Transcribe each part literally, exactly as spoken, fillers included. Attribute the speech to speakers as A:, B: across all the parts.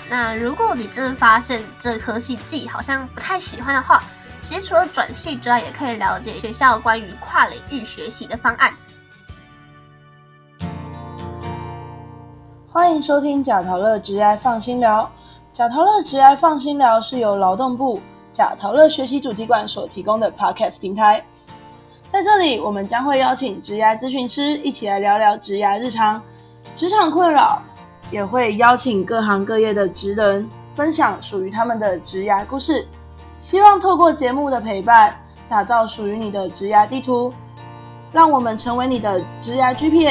A: 那如果你真的发现这科系自己好像不太喜欢的话，其实除了转系之外，也可以了解学校关于跨领域学习的方案。
B: 欢迎收听贾陶乐职涯放心聊。贾陶乐职涯放心聊是由劳动部贾陶乐学习主题馆所提供的 Podcast 平台。在这里，我们将会邀请职涯咨询师一起来聊聊职涯日常、职场困扰，也会邀请各行各业的职人分享属于他们的职涯故事。希望透过节目的陪伴，打造属于你的职涯地图，让我们成为你的职涯 G P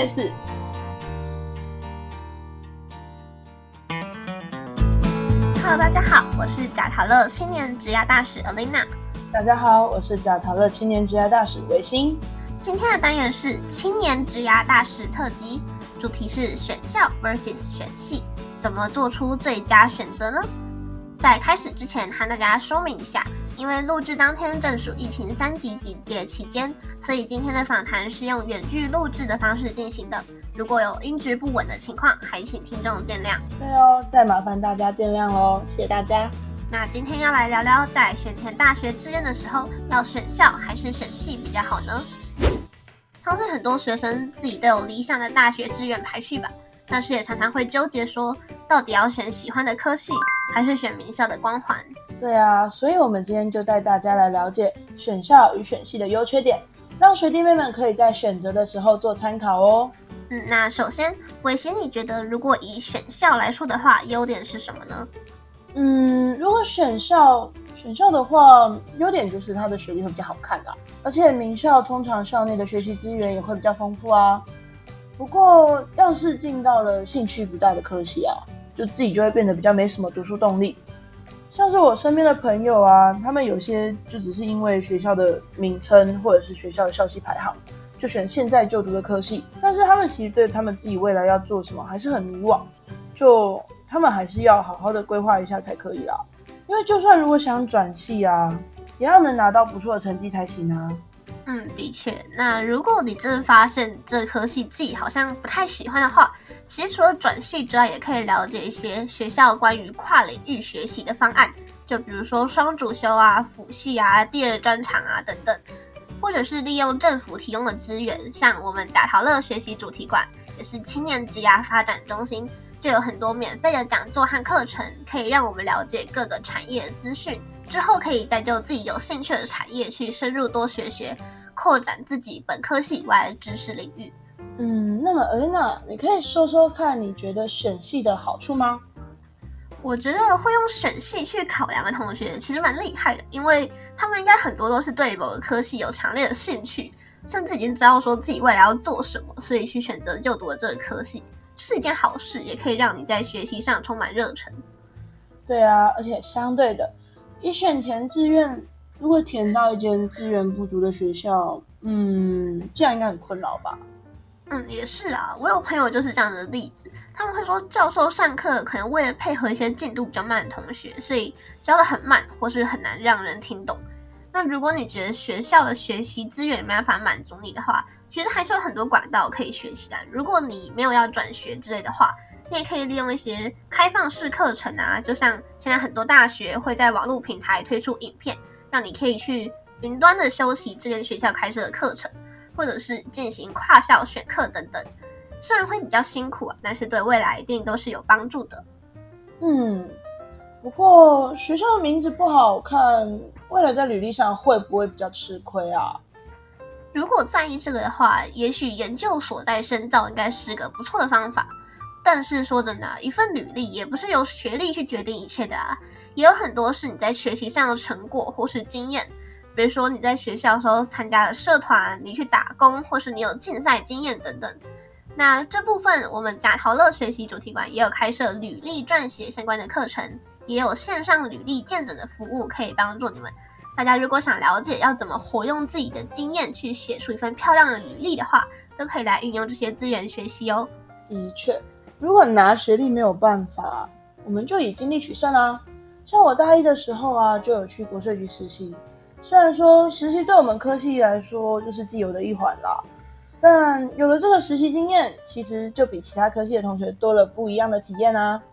B: S。Hello，
A: 大家好，我是贾陶乐青年职涯大使 Alina。
B: 大家好，我是贾陶乐青年职涯大使维新。
A: 今天的单元是青年职涯大使特辑，主题是选校 versus 选系，怎么做出最佳选择呢？在开始之前，和大家说明一下，因为录制当天正属疫情三级警戒期间，所以今天的访谈是用远距录制的方式进行的。如果有音质不稳的情况，还请听众见谅。
B: 对哦，再麻烦大家见谅喽，谢谢大家。
A: 那今天要来聊聊，在选填大学志愿的时候，要选校还是选系比较好呢？相信很多学生自己都有理想的大学志愿排序吧，但是也常常会纠结说，到底要选喜欢的科系，还是选名校的光环？
B: 对啊，所以我们今天就带大家来了解选校与选系的优缺点，让学弟妹们可以在选择的时候做参考哦。
A: 嗯，那首先，伟熙，你觉得如果以选校来说的话，优点是什么呢？
B: 嗯，如果选校选校的话，优点就是它的学历会比较好看啊，而且名校通常校内的学习资源也会比较丰富啊。不过，要是进到了兴趣不大的科系啊，就自己就会变得比较没什么读书动力。像是我身边的朋友啊，他们有些就只是因为学校的名称或者是学校的校系排行，就选现在就读的科系，但是他们其实对他们自己未来要做什么还是很迷惘，就他们还是要好好的规划一下才可以啦。因为就算如果想转系啊，也要能拿到不错的成绩才行啊。
A: 嗯，的确。那如果你真的发现这科系自己好像不太喜欢的话，其实除了转系之外，也可以了解一些学校关于跨领域学习的方案，就比如说双主修啊、辅系啊、第二专长啊等等，或者是利用政府提供的资源，像我们贾陶乐学习主题馆，也是青年职涯发展中心，就有很多免费的讲座和课程，可以让我们了解各个产业的资讯。之后可以再就自己有兴趣的产业去深入多学学，扩展自己本科系以外的知识领域。
B: 嗯，那么 Alina， 你可以说说看你觉得选系的好处吗？
A: 我觉得会用选系去考量的同学其实蛮厉害的，因为他们应该很多都是对某个科系有强烈的兴趣，甚至已经知道说自己未来要做什么，所以去选择就读的这个科系是一件好事，也可以让你在学习上充满热忱。
B: 对啊，而且相对的，以选填志愿，如果填到一间资源不足的学校，嗯，这样应该很困扰吧？
A: 嗯，也是啊，我有朋友就是这样的例子，他们会说教授上课可能为了配合一些进度比较慢的同学，所以教得很慢，或是很难让人听懂。那如果你觉得学校的学习资源没办法满足你的话，其实还是有很多管道可以学习的。如果你没有要转学之类的话，你也可以利用一些开放式课程啊，就像现在很多大学会在网络平台推出影片，让你可以去云端的修习这间学校开设的课程，或者是进行跨校选课等等。虽然会比较辛苦啊，但是对未来一定都是有帮助的。
B: 嗯，不过学校的名字不好看，未来在履历上会不会比较吃亏啊？
A: 如果在意这个的话，也许研究所在深造应该是个不错的方法。但是说真的，一份履历也不是由学历去决定一切的啊，也有很多是你在学习上的成果或是经验，比如说你在学校的时候参加了社团，你去打工，或是你有竞赛经验等等。那这部分我们贾陶乐学习主题馆也有开设履历撰写相关的课程，也有线上履历见证的服务可以帮助你们。大家如果想了解要怎么活用自己的经验去写出一份漂亮的履历的话，都可以来运用这些资源学习哦。
B: 的确，如果拿学历没有办法，我们就以经历取胜啊。像我大一的时候啊，就有去国税局实习，虽然说实习对我们科系来说就是既有的一环啦，但有了这个实习经验，其实就比其他科系的同学多了不一样的体验啊。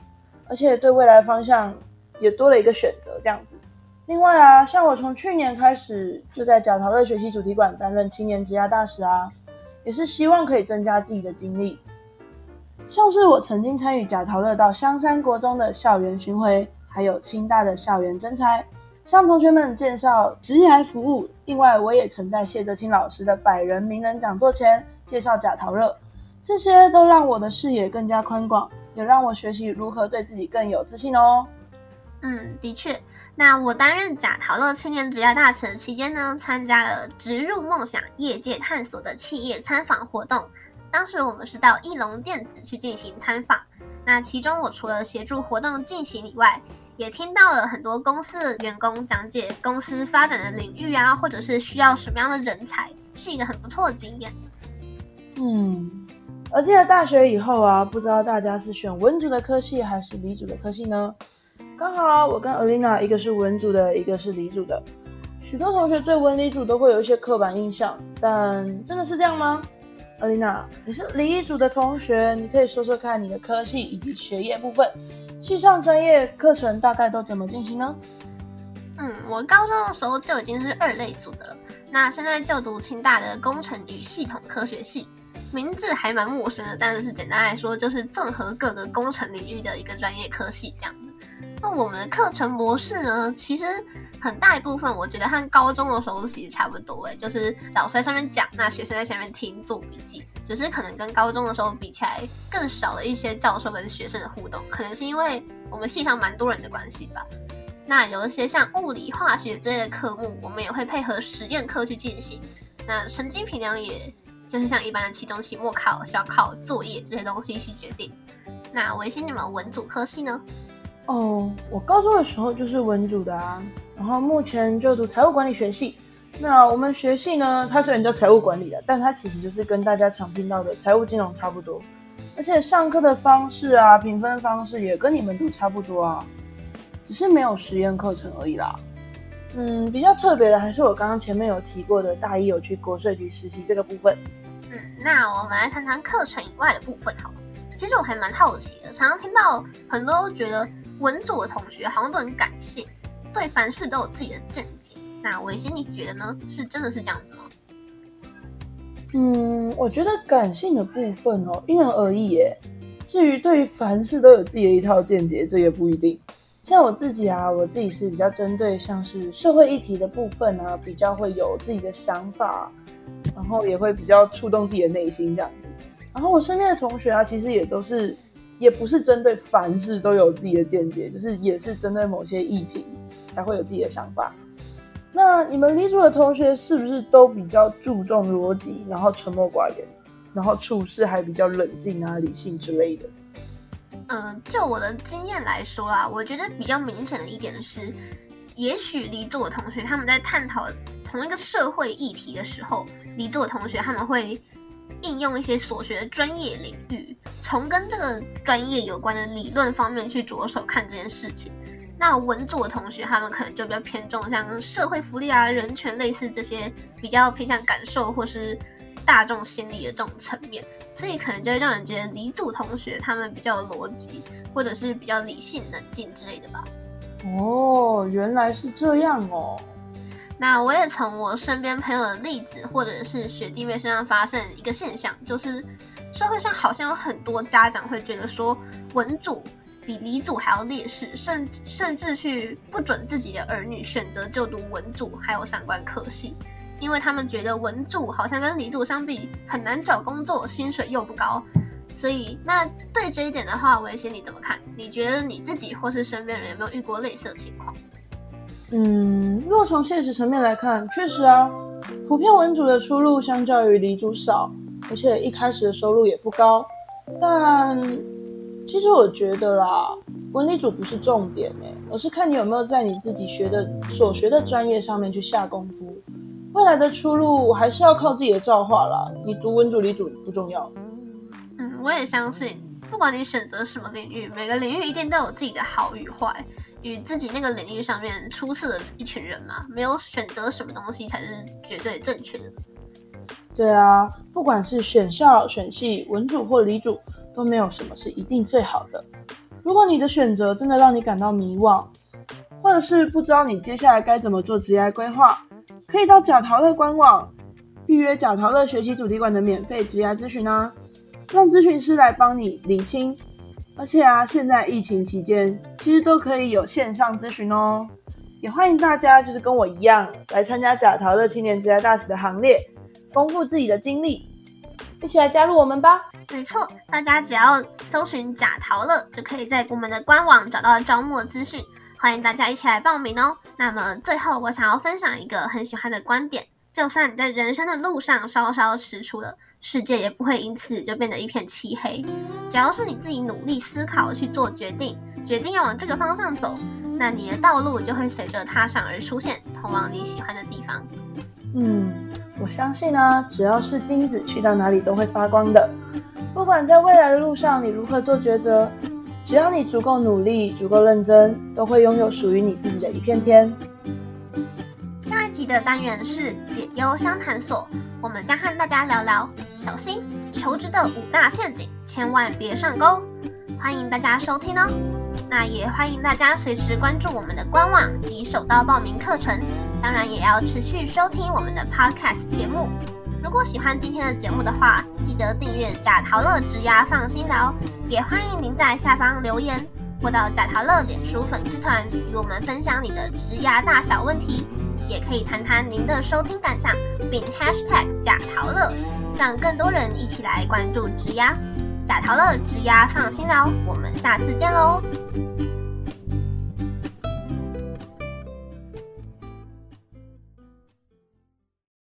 B: 而且对未来方向也多了一个选择这样子。另外啊，像我从去年开始就在贾陶乐学习主题馆担任青年职涯大使啊，也是希望可以增加自己的经历。像是我曾经参与贾陶乐到香山国中的校园巡回，还有清大的校园征才，向同学们介绍职涯服务。另外我也曾在谢哲青老师的百人名人讲座前介绍贾陶乐，这些都让我的视野更加宽广，也让我学习如何对自己更有自信哦。
A: 嗯，的确，那我担任贾陶乐青年职涯大使的期间呢，参加了植入梦想业界探索的企业参访活动。当时我们是到义隆电子去进行参访，那其中我除了协助活动进行以外，也听到了很多公司的员工讲解公司发展的领域啊，或者是需要什么样的人才，是一个很不错的经验。
B: 嗯，而进了大学以后啊，不知道大家是选文组的科系还是理组的科系呢？刚好我跟 Alina 一个是文组的，一个是理组的。许多同学对文理组都会有一些刻板印象，但真的是这样吗？ Alina， 你是理组的同学，你可以说说看你的科系以及学业部分，系上专业课程大概都怎么进行呢？
A: 嗯，我高中的时候就已经是二类组的了，那现在就读清大的工程与系统科学系，名字还蛮陌生的，但是简单来说就是综合各个工程领域的一个专业科系这样子。那我们的课程模式呢，其实很大一部分我觉得和高中的时候其实差不多诶，就是老师在上面讲，那学生在下面听做笔记，只是可能跟高中的时候比起来更少了一些教授跟学生的互动，可能是因为我们系上蛮多人的关系吧。那有一些像物理化学之类的科目，我们也会配合实验课去进行，那成绩评量也就是像一般的期中、期末考、小考、作业这些东西去决定。那维新你们文组科系呢？
B: 哦，我高中的时候就是文组的啊，然后目前就读财务管理学系。那我们学系呢，它虽然叫财务管理的，但它其实就是跟大家常听到的财务金融差不多，而且上课的方式啊、评分方式也跟你们读差不多啊，只是没有实验课程而已啦。嗯，比较特别的还是我刚刚前面有提过的大一有去国税局实习这个部分。
A: 嗯，那我们来谈谈课程以外的部分好了。其实我还蛮好奇的，常常听到很多都觉得文组的同学好像都很感性，对凡事都有自己的见解。那维新你觉得呢？是真的是这样子吗？
B: 嗯，我觉得感性的部分哦，因人而异耶。至于对凡事都有自己的一套见解，这也不一定。像我自己啊，我自己是比较针对像是社会议题的部分啊，比较会有自己的想法，然后也会比较触动自己的内心这样子。然后我身边的同学啊，其实也都是，也不是针对凡事都有自己的见解，就是也是针对某些议题才会有自己的想法。那你们理组的同学是不是都比较注重逻辑，然后沉默寡言，然后处事还比较冷静啊、理性之类的？
A: 嗯，就我的经验来说啦，我觉得比较明显的一点是，也许理组的同学他们在探讨同一个社会议题的时候，理组的同学他们会应用一些所学的专业领域，从跟这个专业有关的理论方面去着手看这件事情。那文组的同学他们可能就比较偏重像社会福利啊、人权类似这些比较偏向感受或是大众心理的这种层面，所以可能就会让人觉得理组同学他们比较有逻辑，或者是比较理性冷静之类的吧。
B: 哦，原来是这样哦。
A: 那我也从我身边朋友的例子或者是学弟妹身上发现一个现象，就是社会上好像有很多家长会觉得说文组比理组还要劣势，甚甚至去不准自己的儿女选择就读文组还有相关科系，因为他们觉得文组好像跟理组相比很难找工作，薪水又不高。所以那对这一点的话，维新你怎么看？你觉得你自己或是身边人有没有遇过类似的情况？
B: 嗯，若从现实层面来看，确实啊，普遍文组的出路相较于理组少，而且一开始的收入也不高。但其实我觉得啦，文理组不是重点欸，而是看你有没有在你自己学的所学的专业上面去下功夫。未来的出路还是要靠自己的造化啦，你读文组理组不重要。
A: 嗯，我也相信，不管你选择什么领域，每个领域一定都有自己的好与坏，与自己那个领域上面出色的一群人嘛，没有选择什么东西才是绝对正确的。
B: 对啊，不管是选校、选系、文组或理组，都没有什么是一定最好的。 如果你的选择真的让你感到迷惘，或者是不知道你接下来该怎么做职业规划，可以到假陶乐官网预约假陶乐学习主题馆的免费职业咨询啊，让咨询师来帮你理清。而且啊，现在疫情期间其实都可以有线上咨询哦，也欢迎大家就是跟我一样来参加假陶乐青年职业大使的行列，丰富自己的经历，一起来加入我们吧。
A: 没错，大家只要搜寻假陶乐，就可以在我们的官网找到招募的资讯，欢迎大家一起来报名哦。那么最后我想要分享一个很喜欢的观点，就算你在人生的路上稍稍踟蹰了，世界也不会因此就变得一片漆黑。只要是你自己努力思考去做决定，决定要往这个方向走，那你的道路就会随着踏上而出现，通往你喜欢的地方。
B: 嗯，我相信啊，只要是金子，去到哪里都会发光的。不管在未来的路上你如何做抉择，只要你足够努力，足够认真，都会拥有属于你自己的一片天。
A: 下一集的单元是解忧相谈所，我们将和大家聊聊小心求职的五大陷阱，千万别上钩。欢迎大家收听哦。那也欢迎大家随时关注我们的官网及手到报名课程，当然也要持续收听我们的 Podcast 节目。如果喜欢今天的节目的话，记得订阅假陶乐职涯放心聊，也欢迎您在下方留言，或到假陶乐脸书粉丝团与我们分享你的职涯大小问题，也可以谈谈您的收听感想，并 hashtag 假陶乐，让更多人一起来关注职涯。假陶乐职涯放心聊，我们下次见喽。